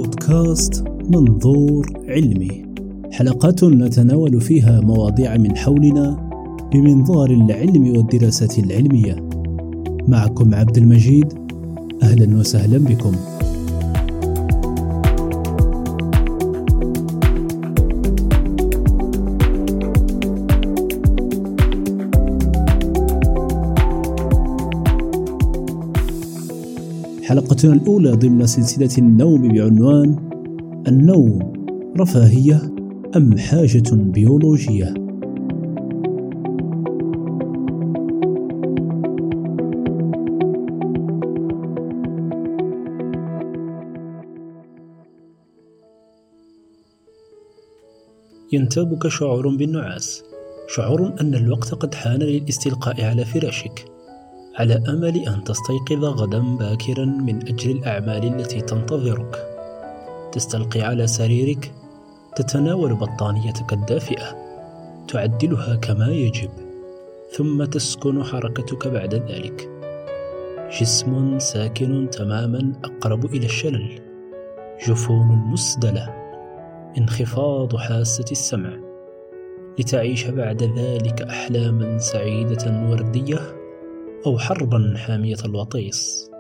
بودكاست منظور علمي، حلقات نتناول فيها مواضيع من حولنا بمنظار العلم والدراسة العلمية. معكم عبد المجيد، أهلا وسهلا بكم. حلقتنا الأولى ضمن سلسلة النوم بعنوان النوم رفاهية أم حاجة بيولوجية؟ ينتابك شعور بالنعاس، شعور أن الوقت قد حان للاستلقاء على فراشك، على أمل أن تستيقظ غدا باكرا من أجل الأعمال التي تنتظرك. تستلقي على سريرك، تتناول بطانيتك الدافئة، تعدلها كما يجب، ثم تسكن حركتك بعد ذلك. جسم ساكن تماما أقرب إلى الشلل، جفون مسدلة، انخفاض حاسة السمع، لتعيش بعد ذلك أحلاما سعيدة وردية أو حربا حامية الوطيس.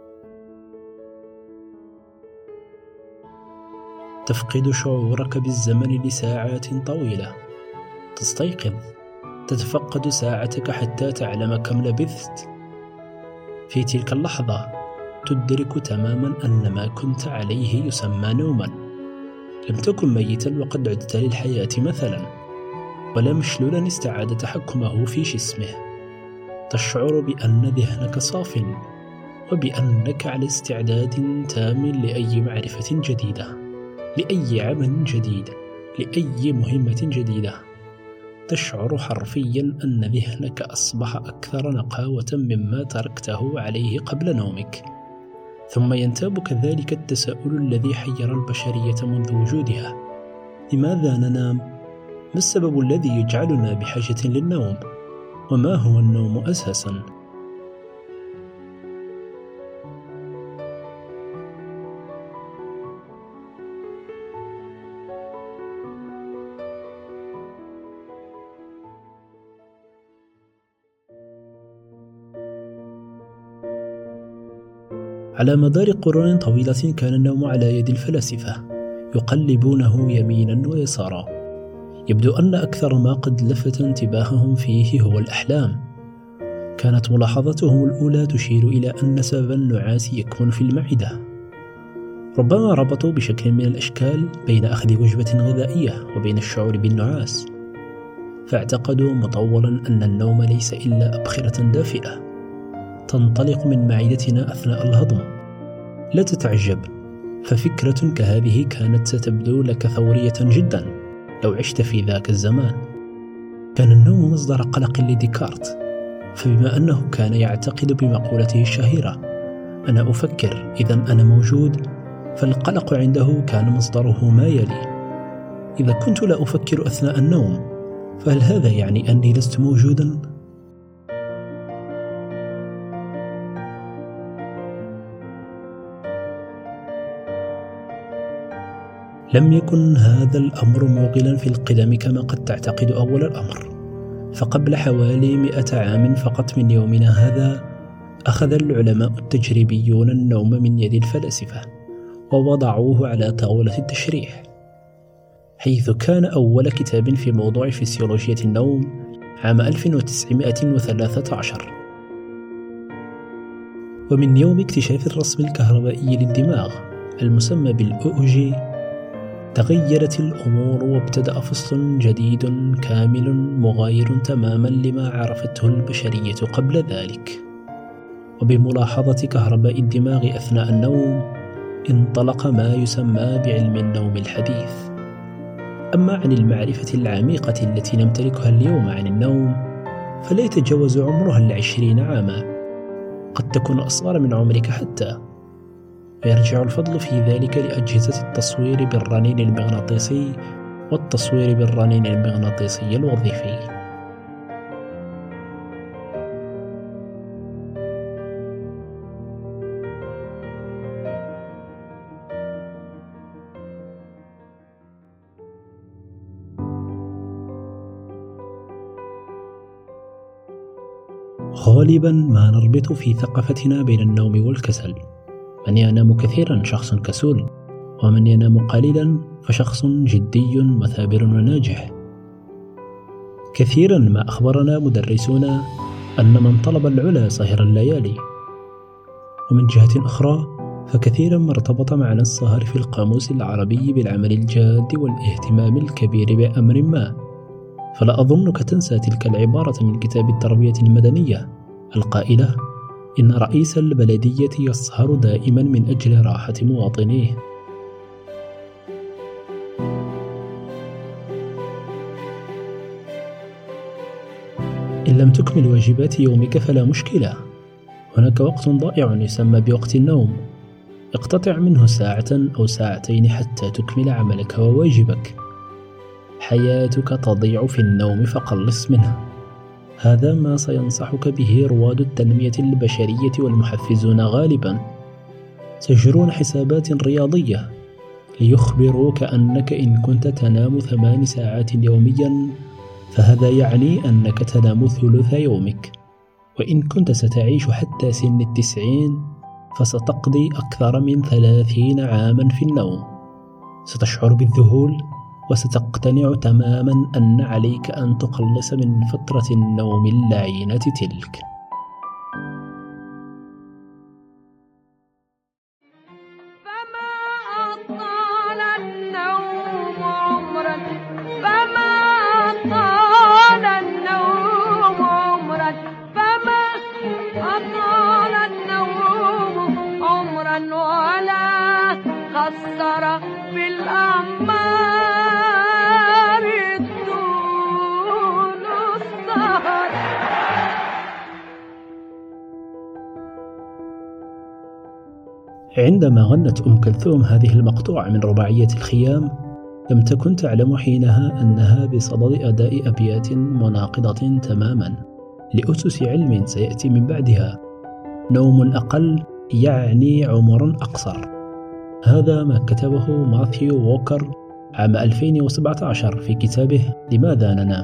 تفقد شعورك بالزمن لساعات طويلة، تستيقظ، تتفقد ساعتك حتى تعلم كم لبثت. في تلك اللحظة تدرك تماما أن ما كنت عليه يسمى نوما. لم تكن ميتا وقد عدت للحياة مثلا، ولا مشلولا استعاد تحكمه في جسمه. تشعر بأن ذهنك صاف، وبأنك على استعداد تام لأي معرفة جديدة، لأي عمل جديد، لأي مهمة جديدة. تشعر حرفيا أن ذهنك أصبح أكثر نقاوة مما تركته عليه قبل نومك. ثم ينتابك ذلك التساؤل الذي حير البشرية منذ وجودها: لماذا ننام؟ ما السبب الذي يجعلنا بحاجة للنوم؟ وما هو النوم أساسا؟ على مدار قرون طويلة كان النوم على يد الفلاسفة، يقلبونه يمينا ويسارا. يبدو أن أكثر ما قد لفت انتباههم فيه هو الأحلام. كانت ملاحظتهم الأولى تشير إلى أن سبب النعاس يكمن في المعدة. ربما ربطوا بشكل من الأشكال بين أخذ وجبة غذائية وبين الشعور بالنعاس، فاعتقدوا مطولا أن النوم ليس إلا أبخرة دافئة تنطلق من معدتنا أثناء الهضم. لا تتعجب، ففكرة كهذه كانت ستبدو لك ثورية جدا لو عشت في ذاك الزمان. كان النوم مصدر قلق لديكارت، فبما أنه كان يعتقد بمقولته الشهيرة أنا أفكر إذا أنا موجود، فالقلق عنده كان مصدره ما يلي: إذا كنت لا أفكر أثناء النوم، فهل هذا يعني أني لست موجودا؟ لم يكن هذا الأمر موغلا في القدم كما قد تعتقد أول الأمر، فقبل حوالي 100 عام فقط من يومنا هذا أخذ العلماء التجريبيون النوم من يد الفلاسفة ووضعوه على طاولة التشريح، حيث كان أول كتاب في موضوع فسيولوجية النوم عام 1913. ومن يوم اكتشاف الرسم الكهربائي للدماغ المسمى بالأوجي تغيرت الأمور، وابتدأ فصل جديد كامل مغاير تماما لما عرفته البشرية قبل ذلك. وبملاحظة كهرباء الدماغ أثناء النوم انطلق ما يسمى بعلم النوم الحديث. أما عن المعرفة العميقة التي نمتلكها اليوم عن النوم، فلا يتجاوز عمرها 20 عاما، قد تكون أصغر من عمرك حتى. ويرجع الفضل في ذلك لأجهزة التصوير بالرنين المغناطيسي والتصوير بالرنين المغناطيسي الوظيفي. غالبا ما نربط في ثقافتنا بين النوم والكسل. من ينام كثيرا شخص كسول، ومن ينام قليلا فشخص جدي مثابر وناجح. كثيرا ما أخبرنا مدرسونا أن من طلب العلا سهر الليالي، ومن جهة أخرى فكثيرا ما ارتبط معنى السهر في القاموس العربي بالعمل الجاد والاهتمام الكبير بأمر ما. فلا أظنك تنسى تلك العبارة من كتاب التربية المدنية القائلة: إن رئيس البلدية يسهر دائما من أجل راحة مواطنيه. إن لم تكمل واجبات يومك فلا مشكلة، هناك وقت ضائع يسمى بوقت النوم، اقتطع منه ساعة أو ساعتين حتى تكمل عملك وواجبك. حياتك تضيع في النوم فقلص منه. هذا ما سينصحك به رواد التنمية البشرية والمحفزون غالبا. سيجرون حسابات رياضية ليخبروك أنك إن كنت تنام 8 ساعات يوميا فهذا يعني أنك تنام ثلث يومك، وإن كنت ستعيش حتى سن 90 فستقضي أكثر من 30 عاما في النوم. ستشعر بالذهول وستقتنع تماما أن عليك أن تقلص من فترة النوم اللعينة تلك. عندما غنت أم كلثوم هذه المقطوعة من رباعية الخيام لم تكن تعلم حينها أنها بصدد أداء أبيات مناقضة تماما لأسس علم سيأتي من بعدها: نوم أقل يعني عمر أقصر. هذا ما كتبه ماثيو ووكر عام 2017 في كتابه لماذا ننام.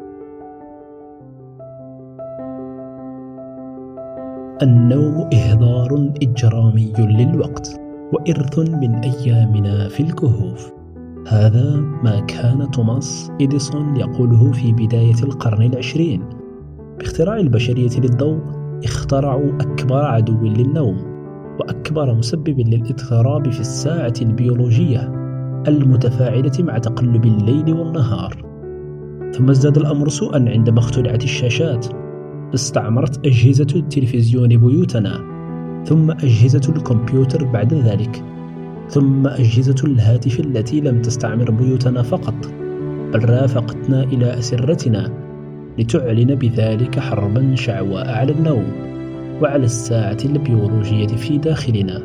النوم إهدار إجرامي للوقت وإرث من أيامنا في الكهوف. هذا ما كان توماس إديسون يقوله في بداية القرن العشرين. باختراع البشرية للضوء اخترعوا أكبر عدو للنوم وأكبر مسبب للاضطراب في الساعة البيولوجية المتفاعلة مع تقلب الليل والنهار. ثم ازداد الأمر سوءا عندما اخترعت الشاشات، استعمرت أجهزة التلفزيون بيوتنا، ثم أجهزة الكمبيوتر بعد ذلك، ثم أجهزة الهاتف التي لم تستعمر بيوتنا فقط بل رافقتنا إلى أسرتنا لتعلن بذلك حربا شعواء على النوم وعلى الساعة البيولوجية في داخلنا.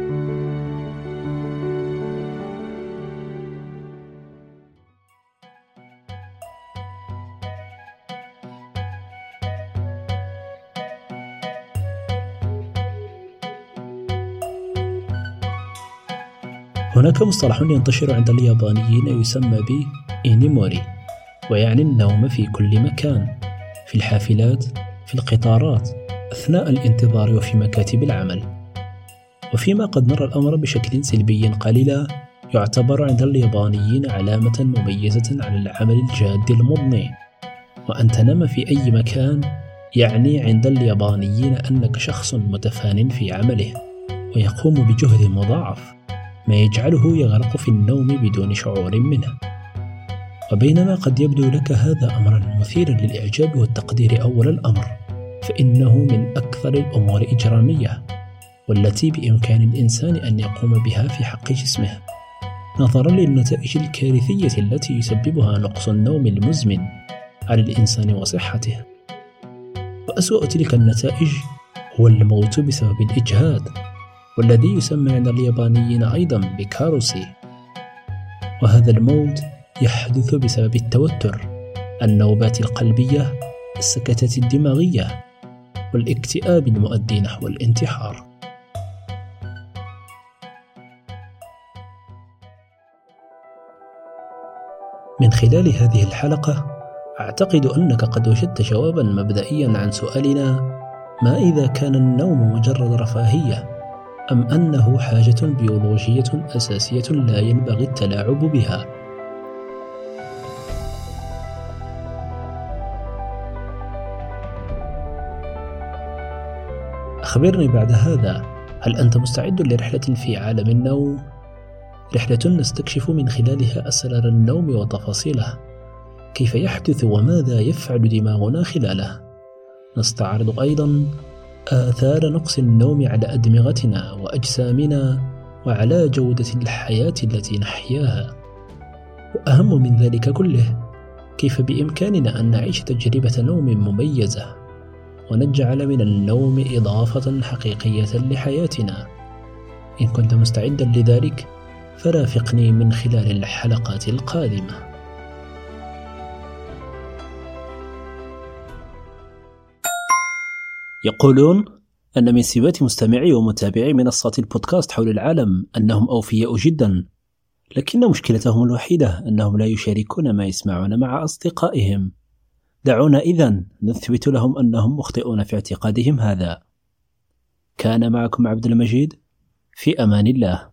هناك مصطلح ينتشر عند اليابانيين يسمى ب إينيموري، ويعني النوم في كل مكان، في الحافلات، في القطارات، أثناء الانتظار وفي مكاتب العمل. وفيما قد نرى الأمر بشكل سلبي قليلا، يعتبر عند اليابانيين علامة مميزة على العمل الجاد المضني. وأن تنام في أي مكان يعني عند اليابانيين أنك شخص متفان في عمله ويقوم بجهد مضاعف، ما يجعله يغرق في النوم بدون شعور منه. وبينما قد يبدو لك هذا أمرا مثيرا للإعجاب والتقدير أول الأمر، فإنه من أكثر الأمور إجرامية والتي بإمكان الإنسان أن يقوم بها في حق جسمه، نظرا للنتائج الكارثية التي يسببها نقص النوم المزمن على الإنسان وصحته. وأسوأ تلك النتائج هو الموت بسبب الإجهاد، والذي يسمى عند اليابانيين أيضا بكاروسي. وهذا الموت يحدث بسبب التوتر، النوبات القلبية، السكتات الدماغية، والاكتئاب المؤدي نحو الانتحار. من خلال هذه الحلقة أعتقد أنك قد وجدت جوابا مبدئيا عن سؤالنا: ما إذا كان النوم مجرد رفاهية أم أنه حاجة بيولوجية أساسية لا ينبغي التلاعب بها؟ أخبرني بعد هذا، هل أنت مستعد لرحلة في عالم النوم؟ رحلة نستكشف من خلالها أسرار النوم وتفاصيله، كيف يحدث وماذا يفعل دماغنا خلاله. نستعرض أيضا آثار نقص النوم على أدمغتنا وأجسامنا وعلى جودة الحياة التي نحياها. وأهم من ذلك كله، كيف بإمكاننا أن نعيش تجربة نوم مميزة ونجعل من النوم إضافة حقيقية لحياتنا. إن كنت مستعدا لذلك فرافقني من خلال الحلقات القادمة. يقولون أن من سمات مستمعي ومتابعي منصات البودكاست حول العالم أنهم أوفياء جدا، لكن مشكلتهم الوحيدة أنهم لا يشاركون ما يسمعون مع أصدقائهم. دعونا إذن نثبت لهم أنهم مخطئون في اعتقادهم هذا. كان معكم عبد المجيد، في أمان الله.